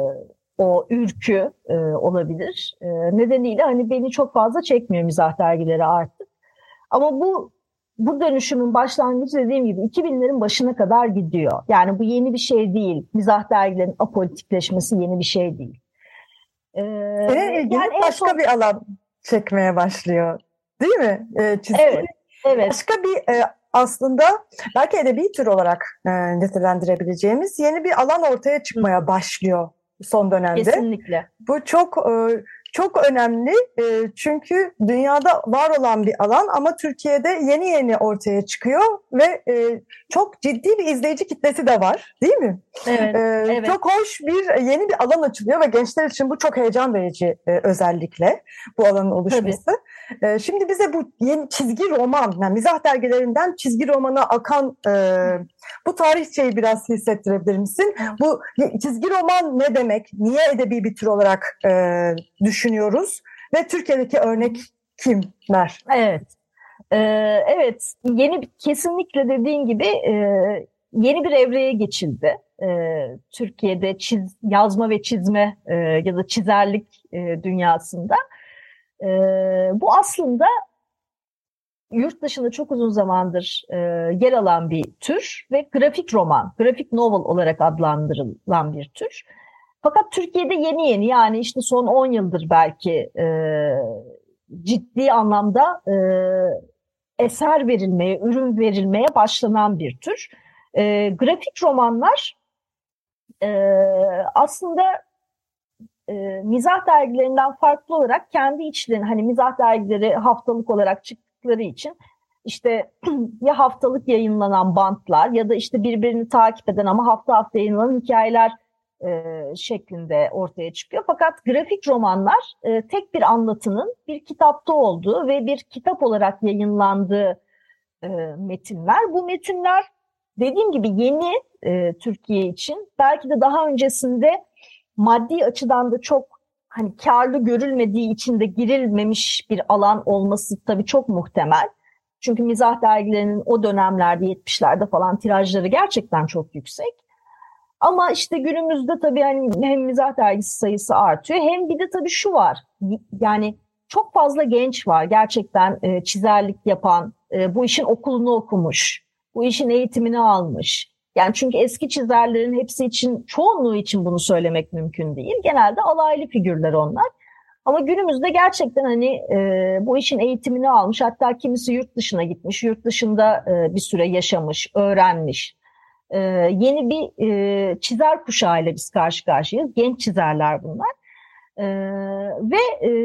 Speaker 6: o ürkü e, olabilir. E, nedeniyle hani beni çok fazla çekmiyor mizah dergileri artık. Ama bu bu dönüşümün başlangıcı dediğim gibi iki binlerin başına kadar gidiyor. Yani bu yeni bir şey değil. Mizah dergilerinin apolitikleşmesi yeni bir şey değil.
Speaker 5: Ee, Senin yani başka son... bir alan çekmeye başlıyor. Değil mi? Ee, çizgi.
Speaker 6: Evet, evet.
Speaker 5: Başka bir e, aslında belki edebi tür olarak e, nitelendirebileceğimiz yeni bir alan ortaya çıkmaya başlıyor son dönemde.
Speaker 6: Kesinlikle.
Speaker 5: Bu çok e, çok önemli e, çünkü dünyada var olan bir alan ama Türkiye'de yeni yeni ortaya çıkıyor ve e, çok ciddi bir izleyici kitlesi de var, değil mi?
Speaker 6: Evet,
Speaker 5: e,
Speaker 6: evet.
Speaker 5: Çok hoş bir yeni bir alan açılıyor ve gençler için bu çok heyecan verici e, özellikle bu alanın oluşması. Tabii. Şimdi bize bu yeni çizgi roman, yani mizah dergilerinden çizgi romana akan e, bu tarihçeyi biraz hissettirebilir misin? Bu çizgi roman ne demek? Niye edebi bir tür olarak e, düşünüyoruz? Ve Türkiye'deki örnek kimler?
Speaker 6: Evet, ee, evet. Yeni kesinlikle dediğin gibi e, yeni bir evreye geçildi. E, Türkiye'de çiz, yazma ve çizme e, ya da çizerlik e, dünyasında. Ee, bu aslında yurt dışında çok uzun zamandır e, yer alan bir tür ve grafik roman, grafik novel olarak adlandırılan bir tür. Fakat Türkiye'de yeni yeni, yani işte son on yıldır belki e, ciddi anlamda e, eser verilmeye, ürün verilmeye başlanan bir tür. E, grafik romanlar e, aslında E, mizah dergilerinden farklı olarak kendi içlerine, hani mizah dergileri haftalık olarak çıktıkları için işte ya haftalık yayınlanan bantlar ya da işte birbirini takip eden ama hafta hafta yayınlanan hikayeler e, şeklinde ortaya çıkıyor. Fakat grafik romanlar e, tek bir anlatının bir kitapta olduğu ve bir kitap olarak yayınlandığı e, metinler. Bu metinler dediğim gibi yeni e, Türkiye için, belki de daha öncesinde maddi açıdan da çok hani karlı görülmediği için de girilmemiş bir alan olması tabii çok muhtemel. Çünkü mizah dergilerinin o dönemlerde yetmişlerde falan tirajları gerçekten çok yüksek. Ama işte günümüzde tabii hani hem mizah dergisi sayısı artıyor hem bir de tabii şu var. Yani çok fazla genç var gerçekten e, çizerlik yapan, e, bu işin okulunu okumuş, bu işin eğitimini almış. Yani çünkü eski çizerlerin hepsi için, çoğunluğu için bunu söylemek mümkün değil. Genelde alaylı figürler onlar. Ama günümüzde gerçekten hani e, bu işin eğitimini almış, hatta kimisi yurt dışına gitmiş, yurt dışında e, bir süre yaşamış, öğrenmiş. E, yeni bir e, çizer kuşağıyla biz karşı karşıyayız. Genç çizerler bunlar. E, ve e,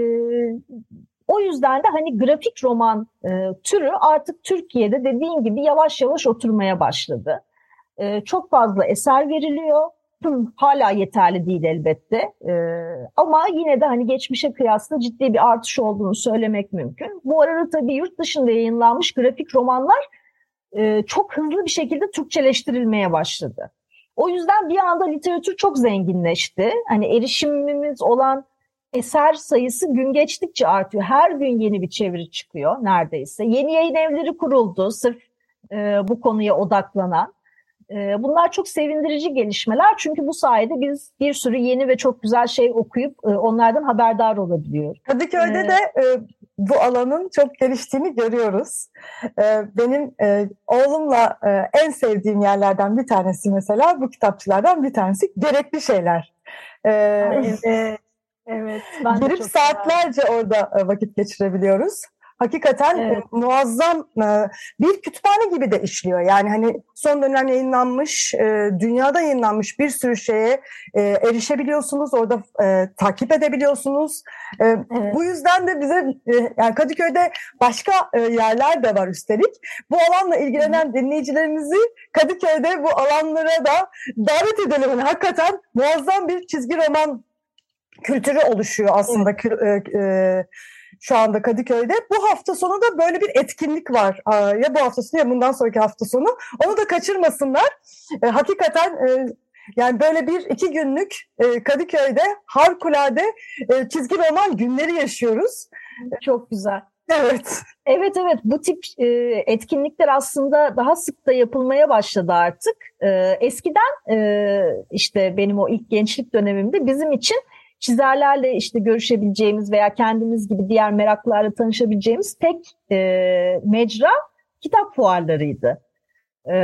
Speaker 6: o yüzden de hani grafik roman e, türü artık Türkiye'de dediğin gibi yavaş yavaş oturmaya başladı. E, çok fazla eser veriliyor. Hala yeterli değil elbette. Ee, ama yine de hani geçmişe kıyasla ciddi bir artış olduğunu söylemek mümkün. Bu arada tabii yurt dışında yayınlanmış grafik romanlar e, çok hızlı bir şekilde Türkçeleştirilmeye başladı. O yüzden bir anda literatür çok zenginleşti. Hani erişimimiz olan eser sayısı gün geçtikçe artıyor. Her gün yeni bir çeviri çıkıyor neredeyse. Yeni yayın evleri kuruldu sırf e, bu konuya odaklanan. Bunlar çok sevindirici gelişmeler çünkü bu sayede biz bir sürü yeni ve çok güzel şey okuyup onlardan haberdar olabiliyoruz.
Speaker 5: Kadıköy'de ee, de e, bu alanın çok geliştiğini görüyoruz. E, benim e, oğlumla e, en sevdiğim yerlerden bir tanesi mesela bu kitapçılardan bir tanesi Gerekli Şeyler. E,
Speaker 6: evet, evet.
Speaker 5: Girip saatlerce severdim. Orada vakit geçirebiliyoruz. Hakikaten evet. e, muazzam e, bir kütüphane gibi de işliyor. Yani hani son dönem yayınlanmış, e, dünyada yayınlanmış bir sürü şeye e, erişebiliyorsunuz. Orada e, takip edebiliyorsunuz. E, evet. Bu yüzden de bize e, yani Kadıköy'de başka e, yerler de var üstelik. Bu alanla ilgilenen evet. dinleyicilerimizi Kadıköy'de bu alanlara da davet edelim. Yani hakikaten muazzam bir çizgi roman kültürü oluşuyor aslında. Evet. E, e, Şu anda Kadıköy'de. Bu hafta sonu da böyle bir etkinlik var. Ya bu hafta sonu ya bundan sonraki hafta sonu. Onu da kaçırmasınlar. E, hakikaten e, yani böyle bir iki günlük e, Kadıköy'de harikulade e, çizgi roman günleri yaşıyoruz.
Speaker 6: Çok güzel.
Speaker 5: Evet.
Speaker 6: Evet evet bu tip e, etkinlikler aslında daha sık da yapılmaya başladı artık. E, eskiden e, işte benim o ilk gençlik dönemimde bizim için çizerlerle işte görüşebileceğimiz veya kendimiz gibi diğer meraklılarla tanışabileceğimiz tek e, mecra kitap fuarlarıydı. E,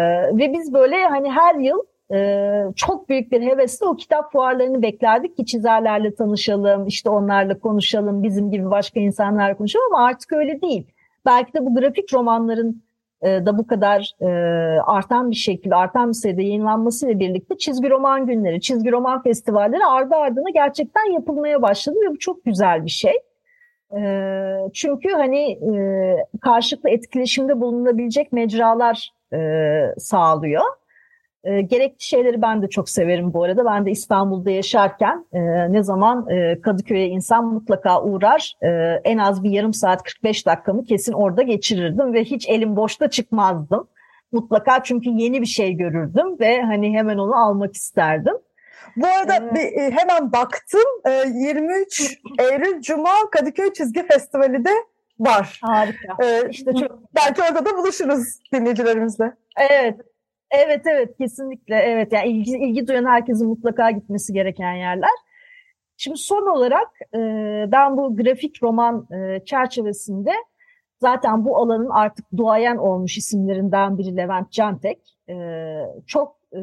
Speaker 6: ve biz böyle hani her yıl e, çok büyük bir hevesle o kitap fuarlarını beklerdik ki çizerlerle tanışalım, işte onlarla konuşalım, bizim gibi başka insanlarla konuşalım ama artık öyle değil. Belki de bu grafik romanların da bu kadar e, artan bir şekilde, artan bir sayıda yayınlanmasıyla birlikte çizgi roman günleri, çizgi roman festivalleri ardı ardına gerçekten yapılmaya başladı ve bu çok güzel bir şey. E, çünkü hani e, karşılıklı etkileşimde bulunabilecek mecralar e, sağlıyor. E, gerekli şeyleri ben de çok severim bu arada. Ben de İstanbul'da yaşarken e, ne zaman e, Kadıköy'e insan mutlaka uğrar. E, en az bir yarım saat kırk beş dakikamı kesin orada geçirirdim ve hiç elim boşta çıkmazdım. Mutlaka çünkü yeni bir şey görürdüm ve hani hemen onu almak isterdim.
Speaker 5: Bu arada ee, bir, hemen baktım e, yirmi üç Eylül Cuma Kadıköy Çizgi Festivali de var.
Speaker 6: Harika.
Speaker 5: Ee, işte çok... Belki orada da buluşuruz dinleyicilerimizle.
Speaker 6: Evet. Evet evet kesinlikle evet yani ilgi, ilgi duyan herkesin mutlaka gitmesi gereken yerler. Şimdi son olarak e, ben bu grafik roman e, çerçevesinde zaten bu alanın artık duayen olmuş isimlerinden biri Levent Cantek. E, çok e,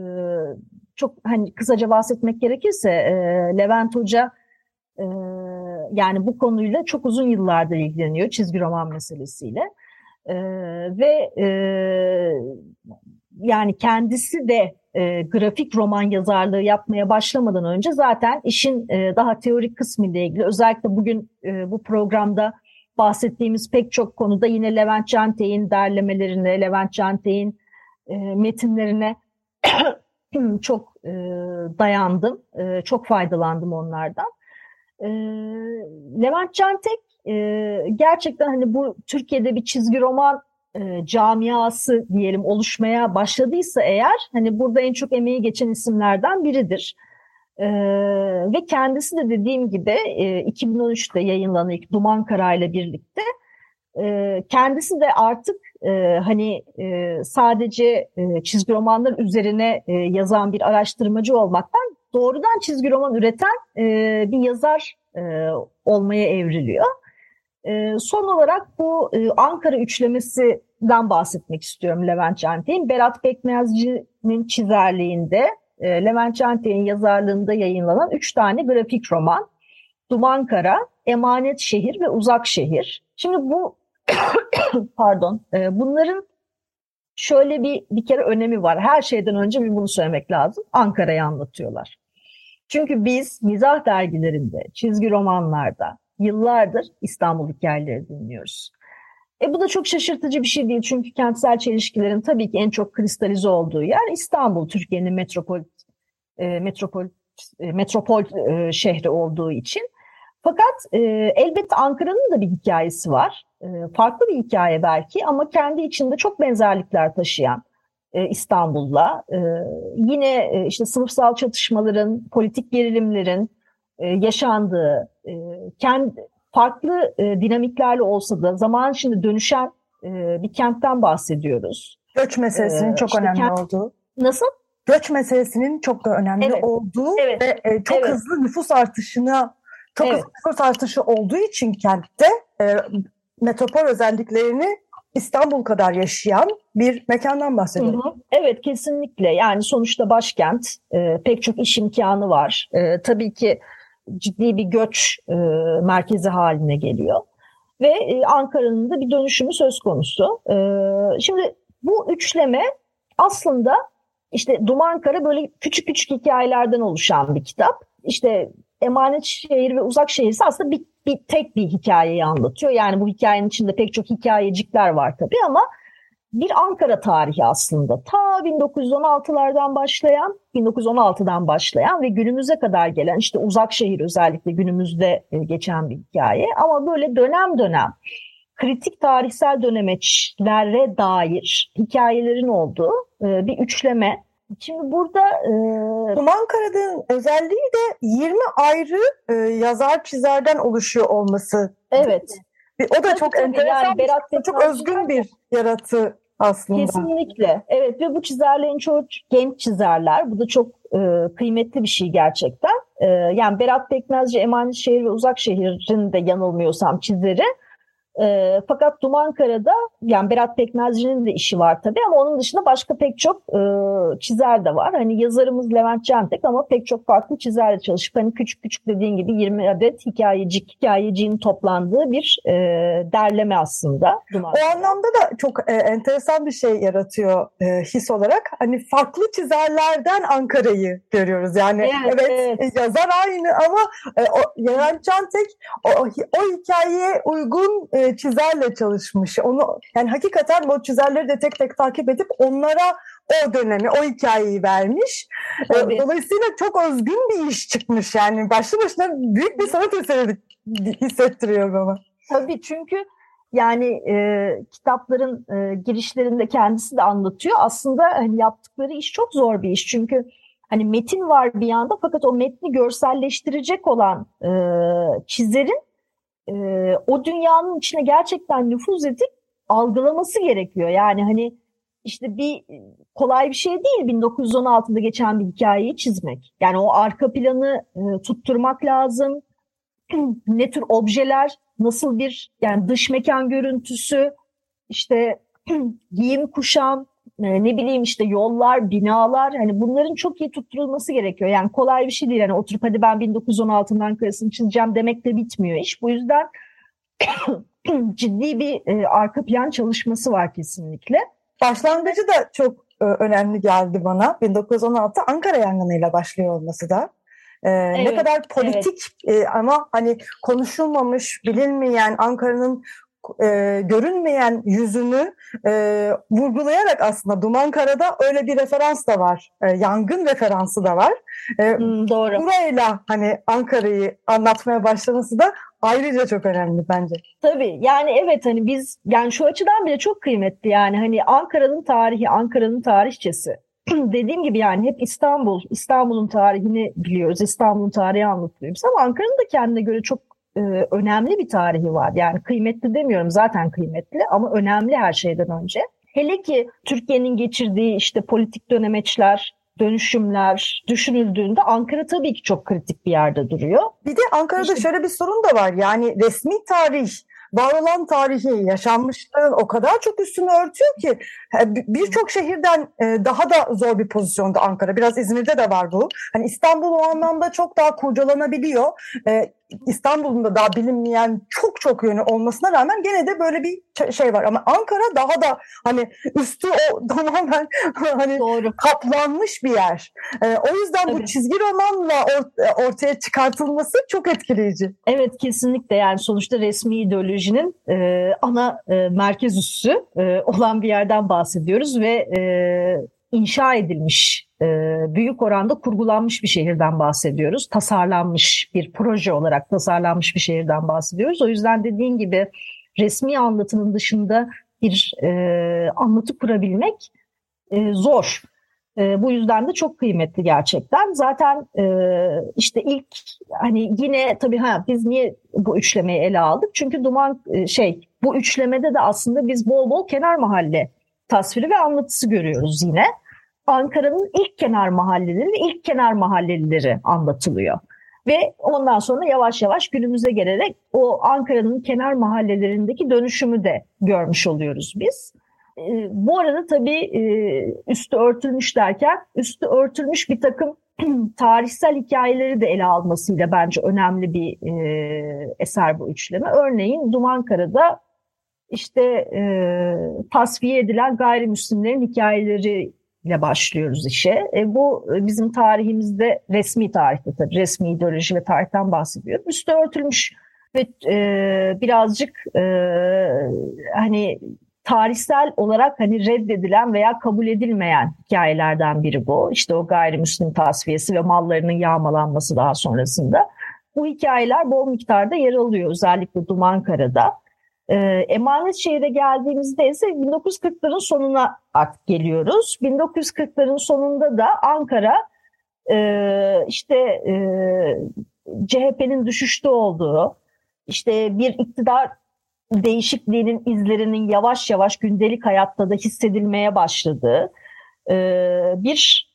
Speaker 6: çok hani kısaca bahsetmek gerekirse e, Levent Hoca e, yani bu konuyla çok uzun yıllardır ilgileniyor çizgi roman meselesiyle e, ve e, yani kendisi de e, grafik roman yazarlığı yapmaya başlamadan önce zaten işin e, daha teorik kısmı ile ilgili özellikle bugün e, bu programda bahsettiğimiz pek çok konuda yine Levent Cantek'in derlemelerine, Levent Cantek'in e, metinlerine çok e, dayandım, e, çok faydalandım onlardan. E, Levent Cantek e, gerçekten hani bu Türkiye'de bir çizgi roman E, camiası diyelim oluşmaya başladıysa eğer hani burada en çok emeği geçen isimlerden biridir. E, ve kendisi de dediğim gibi e, iki bin on üçte yayınlanan ilk Duman Kara ile birlikte e, kendisi de artık e, hani e, sadece e, çizgi romanlar üzerine e, yazan bir araştırmacı olmaktan doğrudan çizgi roman üreten e, bir yazar e, olmaya evriliyor. E, son olarak bu e, Ankara üçlemesinden bahsetmek istiyorum Levent Cantek'in. Berat Pekmezci'nin çizerliğinde, e, Levent Cantek'in yazarlığında yayınlanan üç tane grafik roman. Dumankara, emanet şehir ve uzak şehir. Şimdi bu pardon, e, bunların şöyle bir bir kere önemi var. Her şeyden önce bir bunu söylemek lazım. Ankara'yı anlatıyorlar. Çünkü biz mizah dergilerinde, çizgi romanlarda yıllardır İstanbul hikayeleri dinliyoruz. E bu da çok şaşırtıcı bir şey değil. Çünkü kentsel çelişkilerin tabii ki en çok kristalize olduğu yer İstanbul, Türkiye'nin metropol e, metropol e, metropol e, şehri olduğu için. Fakat e, elbette Ankara'nın da bir hikayesi var. E, farklı bir hikaye belki ama kendi içinde çok benzerlikler taşıyan e, İstanbul'la. E, yine e, işte sınıfsal çatışmaların, politik gerilimlerin e, yaşandığı, e, kendi farklı e, dinamiklerle olsa da zaman içinde dönüşen e, bir kentten bahsediyoruz.
Speaker 5: Göç meselesinin ee, çok işte önemli kent... olduğu.
Speaker 6: Nasıl?
Speaker 5: Göç meselesinin çok da önemli evet. olduğu evet. ve e, çok evet. hızlı nüfus artışına çok evet. hızlı nüfus artışı olduğu için kentte e, metropol özelliklerini İstanbul kadar yaşayan bir mekandan bahsediyoruz. Hı hı.
Speaker 6: Evet, kesinlikle. Yani sonuçta başkent, e, pek çok iş imkanı var. E, tabii ki ciddi bir göç e, merkezi haline geliyor. Ve e, Ankara'nın da bir dönüşümü söz konusu. E, şimdi bu üçleme aslında işte Dumankara böyle küçük küçük hikayelerden oluşan bir kitap. İşte emanet şehir ve uzak şehir aslında bir, bir tek bir hikayeyi anlatıyor. Yani bu hikayenin içinde pek çok hikayecikler var tabii ama bir Ankara tarihi aslında. Ta bin dokuz yüz on altılardan başlayan, bin dokuz yüz on altıdan başlayan ve günümüze kadar gelen işte uzak şehir özellikle günümüzde geçen bir hikaye. Ama böyle dönem dönem kritik tarihsel dönemeçlere dair hikayelerin olduğu bir üçleme. Şimdi burada... E...
Speaker 5: Dumankara'nın özelliği de yirmi ayrı e, yazar çizerden oluşuyor olması.
Speaker 6: Evet.
Speaker 5: O da çok enteresan, yani Berat çok özgün bir yaratı aslında.
Speaker 6: Kesinlikle. Evet ve bu çizerlerin çoğu genç çizerler. Bu da çok e, kıymetli bir şey gerçekten. E, yani Berat Pekmezci, Emanet Şehir ve Uzak Şehir'in de yanılmıyorsam çizeri. E, fakat Dumankara'da yani Berat Pekmezci'nin de işi var tabii ama onun dışında başka pek çok e, çizer de var. Hani yazarımız Levent Cantek ama pek çok farklı çizerle çalışıp hani küçük küçük dediğin gibi yirmi adet hikayecik, hikayeciğin toplandığı bir e, derleme aslında. Dumankara.
Speaker 5: O anlamda da çok e, enteresan bir şey yaratıyor e, his olarak. Hani farklı çizerlerden Ankara'yı görüyoruz. Yani evet, evet, evet. yazar aynı ama e, o, Levent Cantek o, o hikayeye uygun e, çizerle çalışmış. Onu yani hakikaten o çizerleri de tek tek takip edip onlara o dönemi, o hikayeyi vermiş. Evet. Dolayısıyla çok özgün bir iş çıkmış. Yani başlı başına büyük bir sanat eseri hissettiriyor bana.
Speaker 6: Tabii çünkü yani e, kitapların e, girişlerinde kendisi de anlatıyor. Aslında hani yaptıkları iş çok zor bir iş. Çünkü hani metin var bir yanda fakat o metni görselleştirecek olan e, çizerin Ee, o dünyanın içine gerçekten nüfuz edip algılaması gerekiyor. Yani hani işte bir kolay bir şey değil bin dokuz yüz on altıda geçen bir hikayeyi çizmek. Yani o arka planı e, tutturmak lazım. Ne tür objeler, nasıl bir yani dış mekan görüntüsü, işte giyim kuşam, e, ne bileyim işte yollar, binalar hani bunların çok iyi tutturulması gerekiyor. Yani kolay bir şey değil. Yani oturup hadi ben bin dokuz yüz on altının Ankara'sını çizeceğim demekle bitmiyor iş. Bu yüzden ciddi bir e, arka plan çalışması var kesinlikle.
Speaker 5: Başlangıcı da çok e, önemli geldi bana. bin dokuz yüz on altı Ankara yangınıyla başlıyor olması da. Ee, evet, ne kadar politik evet. e, ama hani konuşulmamış, bilinmeyen Ankara'nın e, görünmeyen yüzünü e, vurgulayarak aslında Dumankara'da öyle bir referans da var. E, yangın referansı da var. E,
Speaker 6: hmm, doğru.
Speaker 5: Burayla hani Ankara'yı anlatmaya başlaması da ayrıca çok önemli bence.
Speaker 6: Tabii yani evet hani biz yani şu açıdan bile çok kıymetli yani hani Ankara'nın tarihi, Ankara'nın tarihçesi. Dediğim gibi yani hep İstanbul, İstanbul'un tarihini biliyoruz, İstanbul'un tarihi anlatıyoruz ama Ankara'nın da kendine göre çok e, önemli bir tarihi var. Yani kıymetli demiyorum zaten kıymetli ama önemli her şeyden önce. Hele ki Türkiye'nin geçirdiği işte politik dönemeçler, dönüşümler düşünüldüğünde Ankara tabii ki çok kritik bir yerde duruyor.
Speaker 5: Bir de Ankara'da işte, şöyle bir sorun da var yani resmi tarih, var olan tarihi, yaşanmışlığın o kadar çok üstünü örtüyor ki birçok şehirden daha da zor bir pozisyonda Ankara. Biraz İzmir'de de var bu. Hani İstanbul o anlamda çok daha kurcalanabiliyor. İstanbul'un da daha bilinmeyen çok çok yönü olmasına rağmen gene de böyle bir şey var. Ama Ankara daha da hani üstü o tamamen hani
Speaker 6: Doğru.
Speaker 5: kaplanmış bir yer. Ee, o yüzden
Speaker 6: Tabii.
Speaker 5: bu çizgi romanla or- ortaya çıkartılması çok etkileyici.
Speaker 6: Evet, kesinlikle. Yani sonuçta resmi ideolojinin e, ana e, merkez üssü e, olan bir yerden bahsediyoruz ve e, inşa edilmiş, e, büyük oranda kurgulanmış bir şehirden bahsediyoruz. Tasarlanmış bir proje olarak tasarlanmış bir şehirden bahsediyoruz. O yüzden dediğin gibi resmi anlatının dışında bir e, anlatı kurabilmek e, zor. E, bu yüzden de çok kıymetli gerçekten. Zaten e, işte ilk hani yine tabii ha biz niye bu üçlemeyi ele aldık? Çünkü Duman e, şey bu üçlemede de aslında biz bol bol kenar mahalle tasviri ve anlatısı görüyoruz yine. Ankara'nın ilk kenar mahalleleri ve ilk kenar mahallelileri anlatılıyor. Ve ondan sonra yavaş yavaş günümüze gelerek o Ankara'nın kenar mahallelerindeki dönüşümü de görmüş oluyoruz biz. Ee, bu arada tabii e, üstü örtülmüş derken üstü örtülmüş bir takım tarihsel hikayeleri de ele almasıyla bence önemli bir e, eser bu üçleme. Örneğin Dumankara'da işte e, tasfiye edilen gayrimüslimlerin hikayeleriyle başlıyoruz işe. E, bu bizim tarihimizde, resmi tarihte tabii, resmi ideoloji ve tarihten bahsediyor. Üstü örtülmüş ve e, birazcık e, hani tarihsel olarak hani reddedilen veya kabul edilmeyen hikayelerden biri bu. İşte o gayrimüslim tasfiyesi ve mallarının yağmalanması daha sonrasında. Bu hikayeler bol miktarda yer alıyor, özellikle Dumankara'da. Ee, Emanetşehir'e geldiğimizde ise bin dokuz yüz kırkların sonuna artık geliyoruz. bin dokuz yüz kırkların sonunda da Ankara e, işte e, C H P'nin düşüşte olduğu, işte bir iktidar değişikliğinin izlerinin yavaş yavaş gündelik hayatta da hissedilmeye başladığı e, bir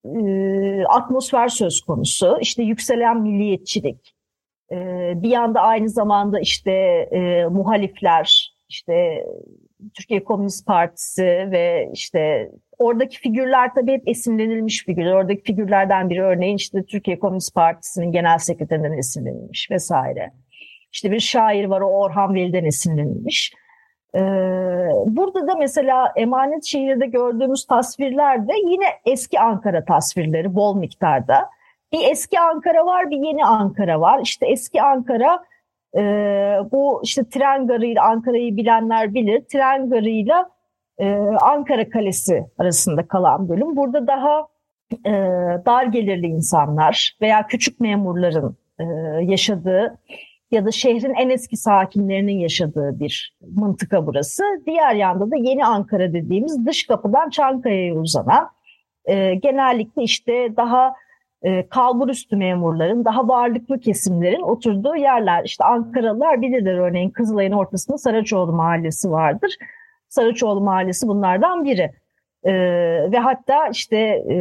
Speaker 6: e, atmosfer söz konusu. İşte yükselen milliyetçilik. Bir yanda aynı zamanda işte e, muhalifler, işte Türkiye Komünist Partisi ve işte oradaki figürler tabii hep esinlenilmiş figürler. Oradaki figürlerden biri örneğin işte Türkiye Komünist Partisi'nin genel sekreterinden esinlenilmiş vesaire. İşte bir şair var, o Orhan Veli'den esinlenilmiş. Ee, burada da mesela Emanetşehir'de gördüğümüz tasvirler de yine eski Ankara tasvirleri bol miktarda. Bir eski Ankara var, bir yeni Ankara var. İşte eski Ankara e, bu işte tren garıyla, Ankara'yı bilenler bilir, tren garıyla e, Ankara Kalesi arasında kalan bölüm. Burada daha e, dar gelirli insanlar veya küçük memurların e, yaşadığı ya da şehrin en eski sakinlerinin yaşadığı bir mıntıka burası. Diğer yanda da yeni Ankara dediğimiz dış kapıdan Çankaya'ya uzanan e, genellikle işte daha E, kalburüstü memurların, daha varlıklı kesimlerin oturduğu yerler. İşte Ankaralılar bilirler, örneğin Kızılay'ın ortasında Saraçoğlu Mahallesi vardır. Saraçoğlu Mahallesi bunlardan biri. E, ve hatta işte e,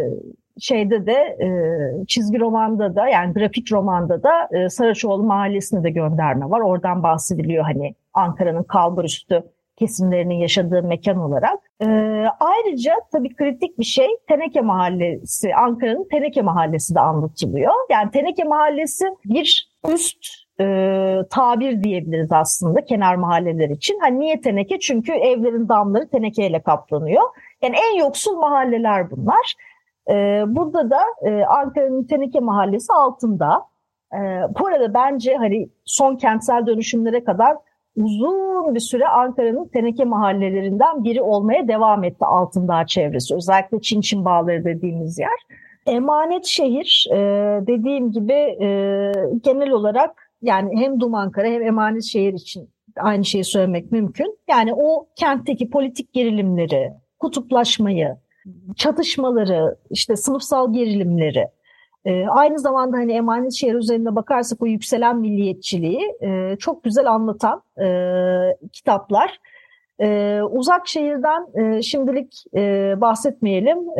Speaker 6: şeyde de e, çizgi romanda da, yani grafik romanda da e, Saraçoğlu Mahallesi'ne de gönderme var. Oradan bahsediliyor hani Ankara'nın kalburüstü kesimlerinin yaşadığı mekan olarak. Ee, ayrıca tabii kritik bir şey, Teneke Mahallesi, Ankara'nın Teneke Mahallesi de anlatılıyor. Yani Teneke Mahallesi bir üst e, tabir diyebiliriz aslında kenar mahalleler için. Hani niye teneke? Çünkü evlerin damları tenekeyle kaplanıyor. Yani en yoksul mahalleler bunlar. Ee, burada da e, Ankara'nın Teneke Mahallesi altında. Ee, bu arada bence hani son kentsel dönüşümlere kadar uzun bir süre Ankara'nın teneke mahallelerinden biri olmaya devam etti Altındağ çevresi. Özellikle Çinçin Bağları dediğimiz yer. Emanetşehir e, dediğim gibi e, genel olarak yani hem Dumankara hem Emanetşehir için aynı şeyi söylemek mümkün. Yani o kentteki politik gerilimleri, kutuplaşmayı, çatışmaları, işte sınıfsal gerilimleri, Ee, aynı zamanda hani Emanetşehir üzerine bakarsak o yükselen milliyetçiliği e, çok güzel anlatan e, kitaplar. E, Uzak Şehir'den e, şimdilik e, bahsetmeyelim. E,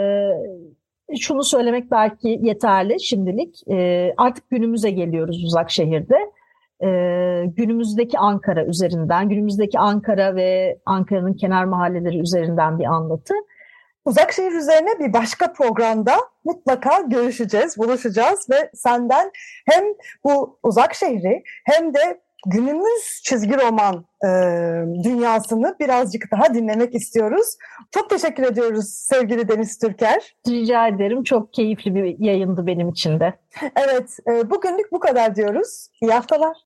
Speaker 6: şunu söylemek belki yeterli şimdilik. E, artık günümüze geliyoruz Uzak Şehir'de. E, günümüzdeki Ankara üzerinden, günümüzdeki Ankara ve Ankara'nın kenar mahalleleri üzerinden bir anlatı.
Speaker 5: Uzakşehir üzerine bir başka programda mutlaka görüşeceğiz, buluşacağız ve senden hem bu Uzakşehir'i hem de günümüz çizgi roman e, dünyasını birazcık daha dinlemek istiyoruz. Çok teşekkür ediyoruz sevgili Deniz Türker.
Speaker 6: Rica ederim. Çok keyifli bir yayındı benim için de.
Speaker 5: Evet, e, bugünlük bu kadar diyoruz. İyi haftalar.